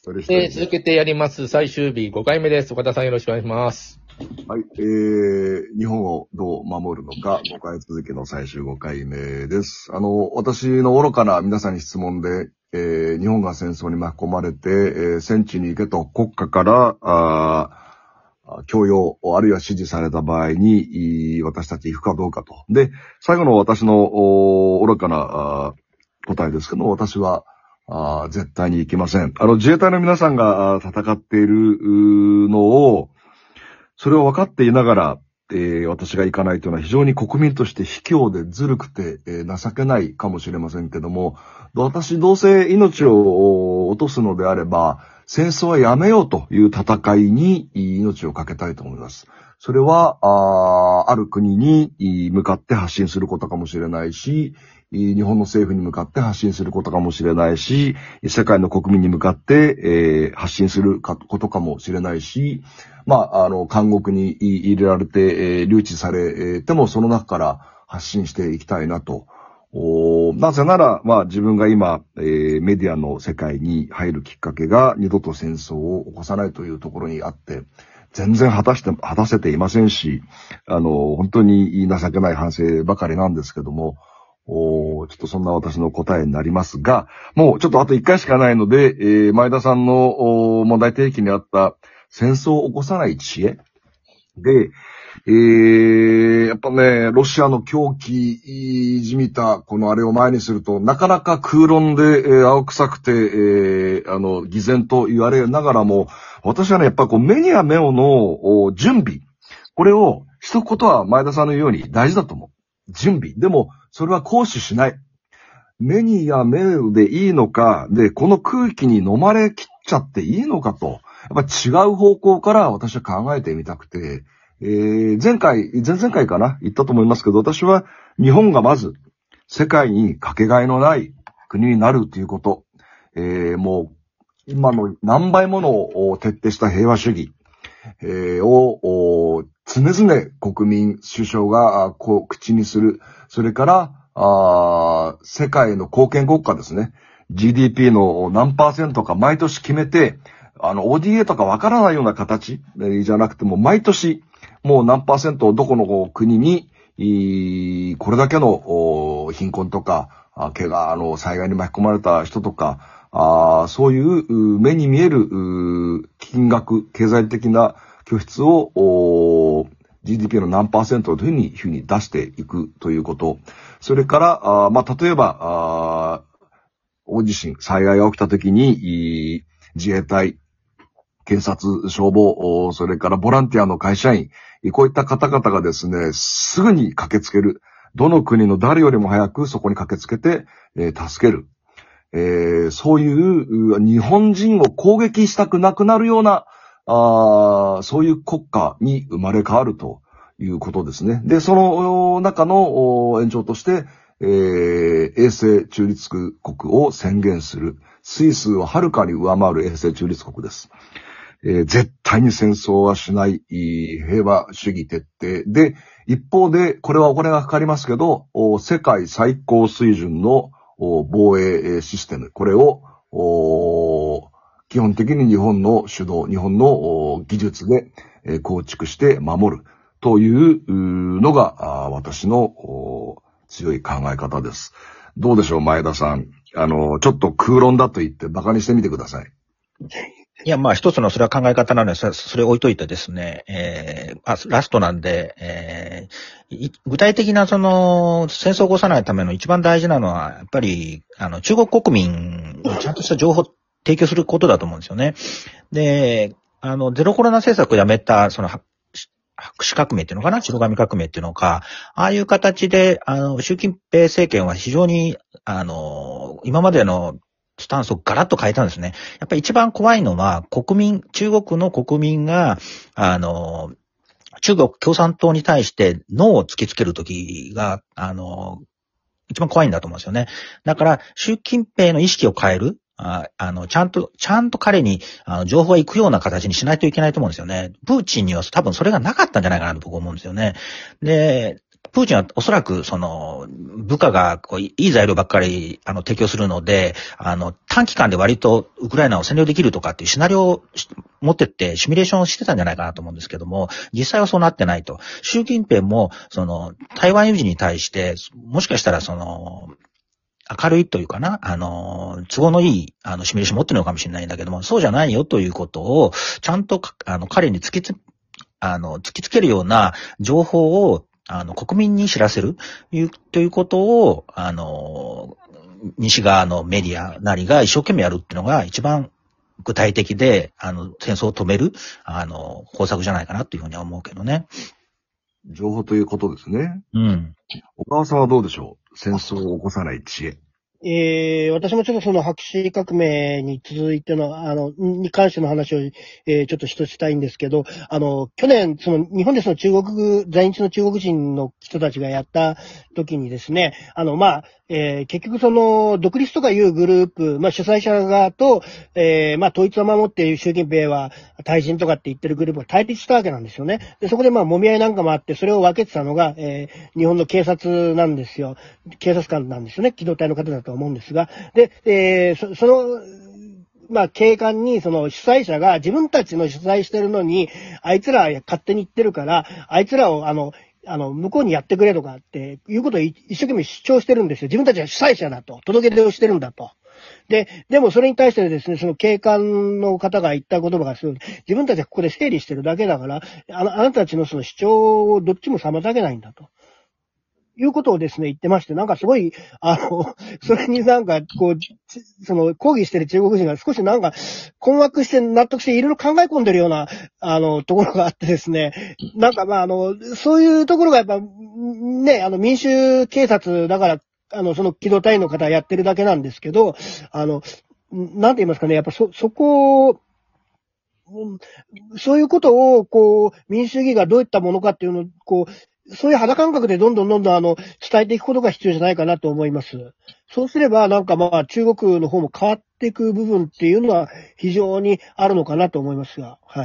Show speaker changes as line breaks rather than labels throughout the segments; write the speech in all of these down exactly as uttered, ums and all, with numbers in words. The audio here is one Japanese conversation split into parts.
で、続けてやります。最終日ごかいめです。岡田さんよろしくお願いします。
はい、えー、日本をどう守るのか、ごかい続きの最終ごかいめです。あの、私の愚かな皆さんに質問で、えー、日本が戦争に巻き込まれて、えー、戦地に行けと国家から、あ強要、あるいは指示された場合に、私たち行くかどうかと。で、最後の私の愚かな答えですけど、私は、あ絶対に行きません。あの、自衛隊の皆さんが戦っているのを、それを分かっていながら、えー、私が行かないというのは非常に国民として卑怯でずるくて、えー、情けないかもしれませんけども、私どうせ命を落とすのであれば、戦争はやめようという戦いに命をかけたいと思います。それは、あ, ある国に向かって発信することかもしれないし、日本の政府に向かって発信することかもしれないし、世界の国民に向かって、えー、発信することかもしれないし、まあ、あの、監獄に入れられて、えー、留置されてもその中から発信していきたいなと。なぜなら、まあ自分が今、えー、メディアの世界に入るきっかけが二度と戦争を起こさないというところにあって、全然果たして、果たせていませんし、あの、本当に情けない反省ばかりなんですけども、おちょっとそんな私の答えになりますが、もうちょっとあといっかいしかないので、えー、前田さんの問題提起にあった戦争を起こさない知恵で、えー、やっぱね、ロシアの狂気じみたこのあれを前にすると、なかなか空論で、えー、青臭くて、えー、あの、偽善と言われながらも、私はね、やっぱこう目には目をの準備、これをしとくことは前田さんの言うように大事だと思う。準備。でも、それは行使しない。目にや目でいいのか、で、この空気に飲まれきっちゃっていいのかと、やっぱ違う方向から私は考えてみたくて、えー、前回、前々回かな言ったと思いますけど、私は日本がまず世界にかけがえのない国になるということ、えー、もう今の何倍もの徹底した平和主義、えー、を常々国民、首相がこう口にする。それから、あ世界の貢献国家ですね。ジーディーピー の何パーセントか毎年決めて、あの、オーディーエー とかわからないような形じゃなくても、毎年、もう何パーセントどこの国に、これだけの貧困とか、怪我、あの、災害に巻き込まれた人とか、あそういう目に見える金額、経済的な拠出を ジーディーピー の何パーセントというふうに、ふうに出していくということ。それから、あまあ、例えばあ、大地震、災害が起きたときに、自衛隊、警察、消防、それからボランティアの会社員、こういった方々がですね、すぐに駆けつける。どの国の誰よりも早くそこに駆けつけて、えー、助ける。えー、そういう日本人を攻撃したくなくなるような、あそういう国家に生まれ変わるということですね。で、その中の延長として、えー、永世中立国を宣言する。スイスをはるかに上回る永世中立国です。えー、絶対に戦争はしない、平和主義徹底。で、一方で、これはお金がかかりますけど、世界最高水準の防衛システム。これを、基本的に日本の主導、日本の技術で構築して守るというのが私の強い考え方です。どうでしょう、前田さん。あの、ちょっと空論だと言って馬鹿にしてみてください。
いや、まあ一つのそれは考え方なので、それ置いといてですね、えー、あラストなんで、えー、具体的なその戦争を起こさないための一番大事なのは、やっぱり、あの、中国国民にちゃんとした情報を提供することだと思うんですよね。で、あの、ゼロコロナ政策をやめた、その、白紙革命っていうのかな白紙革命っていうのか、ああいう形で、あの、習近平政権は非常に、あの、今までのスタンスをガラッと変えたんですね。やっぱり一番怖いのは、国民、中国の国民が、あの、中国共産党に対してノーを突きつけるときが、あの、一番怖いんだと思うんですよね。だから、習近平の意識を変える。ああの、ちゃんと、ちゃんと彼に、あの、情報が行くような形にしないといけないと思うんですよね。プーチンには多分それがなかったんじゃないかなと僕思うんですよね。で、 プーチンはおそらく、その、部下がこういい材料ばっかり、あの、提供するので、あの、短期間で割とウクライナを占領できるとかっていうシナリオを持ってって、シミュレーションをしてたんじゃないかなと思うんですけども、実際はそうなってないと。習近平も、その、台湾有事に対して、もしかしたらその、明るいというかな、あの、都合のいい、あの、シミュレーション持ってるのかもしれないんだけども、そうじゃないよということを、ちゃんと、あの、彼に突きつ、あの、突きつけるような情報を、あの、国民に知らせる、いう、ということを、あの、西側のメディアなりが一生懸命やるっていうのが一番具体的で、あの、戦争を止める、あの、方策じゃないかなというふうには思うけどね。
情報ということですね。
うん。
小川さんはどうでしょう？戦争を起こさない知恵。
えー、私もちょっとその白紙革命に続いての、あの、に関しての話を、えー、ちょっと一つしたいんですけど、あの、去年、その、日本でその中国、在日の中国人の人たちがやった時にですね、あの、まあ、えー、結局その、独立とかいうグループ、まあ、主催者側と、えー、まあ、統一を守っている習近平は、対人とかって言ってるグループが対立したわけなんですよね。で、そこでまあ、揉み合いなんかもあって、それを分けてたのが、えー、日本の警察なんですよ。警察官なんですよね。機動隊の方だと思うんですが。で、えー、そ、その、まあ、警官に、その主催者が自分たちの主催してるのに、あいつら勝手に言ってるから、あいつらを、あの、あの、向こうにやってくれとかっていうことを一生懸命主張してるんですよ。自分たちは主催者だと。届け出をしてるんだと。で、でもそれに対してですね、その警官の方が言った言葉がすごい、自分たちはここで整理してるだけだから、あの、あなたたちのその主張をどっちも妨げないんだと。いうことをですね、言ってまして、なんかすごい、あの、それになんか、こう、その、抗議してる中国人が少しなんか、困惑して納得していろいろ考え込んでるような、あの、ところがあってですね、なんかまあ、あの、そういうところがやっぱ、ね、あの、民主警察だから、あの、その機動隊員の方やってるだけなんですけど、あの、なんて言いますかね、やっぱそ、そこを、そういうことを、こう、民主主義がどういったものかっていうのを、こう、そういう肌感覚でどんどんどんどんあの、伝えていくことが必要じゃないかなと思います。そうすればなんかまあ中国の方も変わっていく部分っていうのは非常にあるのかなと思いますが、はい。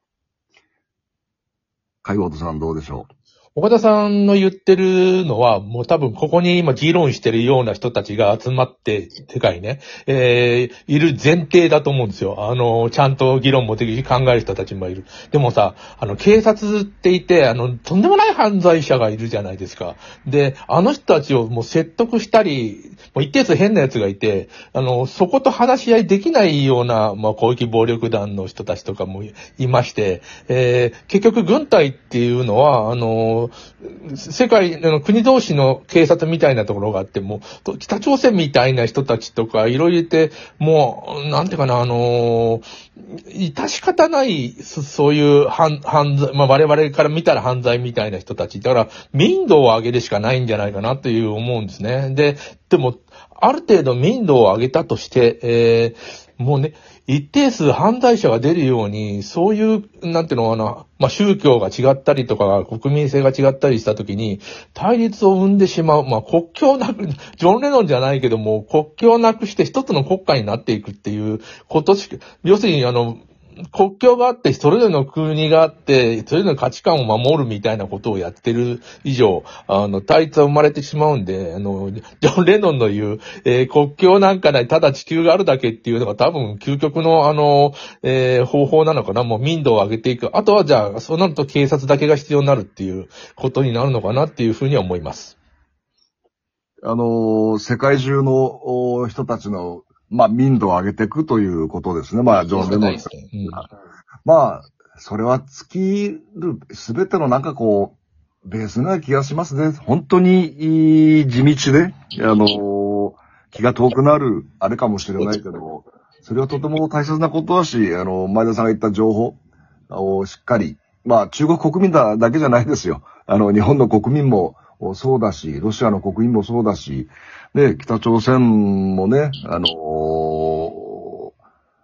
海本さんどうでしょう？
岡田さんの言ってるのは、もう多分ここに今議論してるような人たちが集まって、世界ね、えー、いる前提だと思うんですよ。あの、ちゃんと議論もできるし考える人たちもいる。でもさ、あの、警察っていて、あの、とんでもない犯罪者がいるじゃないですか。で、あの人たちをもう説得したり、もう一定数変な奴がいて、あの、そこと話し合いできないような、まあ、広域暴力団の人たちとかもいまして、えー、結局軍隊っていうのは、あの、世界の国同士の警察みたいなところがあって、もう、北朝鮮みたいな人たちとか、いろいろいて、もう、なんていうかな、あの、致し方ない、そういう犯、犯罪、まあ、我々から見たら犯罪みたいな人たち。だから、民度を上げるしかないんじゃないかなという思うんですね。で、でも、ある程度民度を上げたとして、えー、もうね、一定数犯罪者が出るように、そういう、なんていうのかな、まあ、宗教が違ったりとか、国民性が違ったりしたときに、対立を生んでしまう。まあ、国境なく、ジョン・レノンじゃないけども、国境なくして一つの国家になっていくっていうことしか、要するに、あの、国境があって、それぞれの国があって、それぞれの価値観を守るみたいなことをやってる以上、あの、対立は生まれてしまうんで、あの、ジョン・レノンの言う、えー、国境なんかない、ただ地球があるだけっていうのが多分、究極の、あの、えー、方法なのかな。もう民度を上げていく。あとは、じゃあ、そうなると警察だけが必要になるっていうことになるのかなっていうふうには思います。
あの、世界中の人たちのまあ、民度を上げていくということですね。まあ、ジョン・レノンさん。うん、まあ、それは尽きる、すべてのなんかこう、ベースな気がしますね。本当に地道で、あの、気が遠くなる、あれかもしれないけど、それはとても大切なことだし、あの、前田さんが言った情報をしっかり、まあ、中国国民だだけじゃないですよ。あの、日本の国民もそうだし、ロシアの国民もそうだし、で、北朝鮮もね、あのー、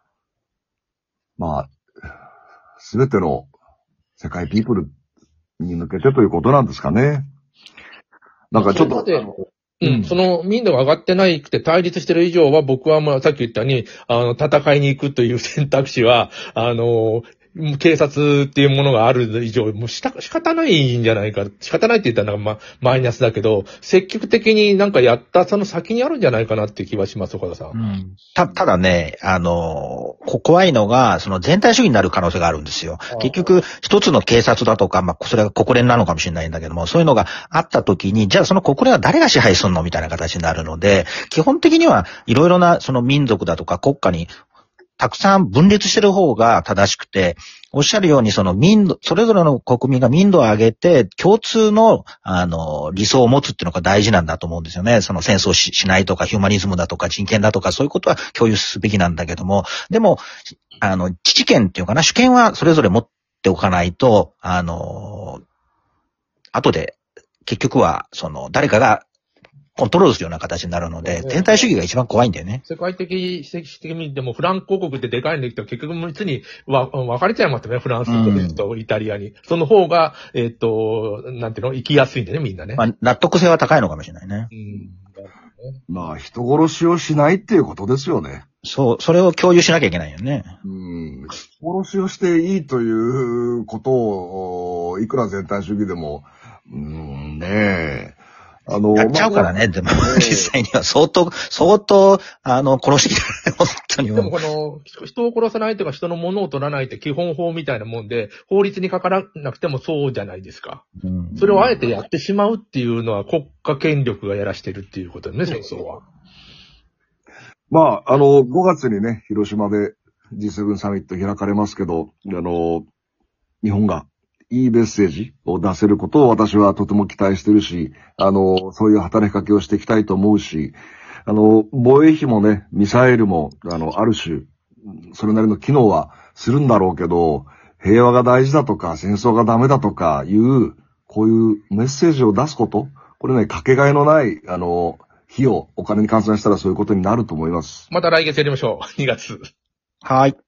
まあ、すべての世界ピープルに向けてということなんですかね。なんかちょっと、
うん、その民度が上がってないくて対立してる以上は僕はまあさっき言ったように、あの、戦いに行くという選択肢は、あの、 警察っていうものがある以上、もうした仕方ないんじゃないか。仕方ないって言ったらなんか、ま、マイナスだけど、積極的になんかやったその先にあるんじゃないかなっていう気はします、岡田さん。
うん、た、ただね、あの、こ怖いのが、その全体主義になる可能性があるんですよ。結局、一つの警察だとか、まあ、それが国連なのかもしれないんだけども、そういうのがあった時に、じゃあその国連は誰が支配するのみたいな形になるので、基本的にはいろいろなその民族だとか国家にたくさん分裂してる方が正しくて、おっしゃるようにその民度、それぞれの国民が民度を上げて共通の、あの、理想を持つっていうのが大事なんだと思うんですよね。その戦争し、しないとかヒューマニズムだとか人権だとかそういうことは共有すべきなんだけども、でも、あの、知権っていうかな、主権はそれぞれ持っておかないと、あの、後で結局はその誰かがコントロールするような形になるので、全体主義が一番怖いんだよね。
世界的、世界的にでもフランク国ってでかいんだけど、結局三つにわ分かれちゃいますね。フランスとドイツとイタリアに。うん、その方が、えっと、なんていうの、生きやすいんだね、みんなね。
まあ、納得性は高いのかもしれないね。うん、
まあ、人殺しをしないっていうことですよね。
そう、それを共有しなきゃいけないよね。
うん。殺しをしていいということを、いくら全体主義でも、うんねえ。
あの、やっちゃうからね、まあ、でも、実際には相当、相当、あの、殺してきたね、本当に。
でもこの、人を殺さないとか人のものを取らないって基本法みたいなもんで、法律にかからなくてもそうじゃないですか。うん、それをあえてやってしまうっていうのは国家権力がやらしてるっていうことだね、戦争は。
まあ、あの、ごがつにね、広島で ジーセブン サミット開かれますけど、あの、日本が、いいメッセージを出せることを私はとても期待してるし、あの、そういう働きかけをしていきたいと思うし、あの、防衛費もね、ミサイルも、あの、ある種、それなりの機能はするんだろうけど、平和が大事だとか、戦争がダメだとかいう、こういうメッセージを出すこと、これね、かけがえのない、あの、費用、お金に換算したらそういうことになると思います。
また来月やりましょう。にがつ。
はい。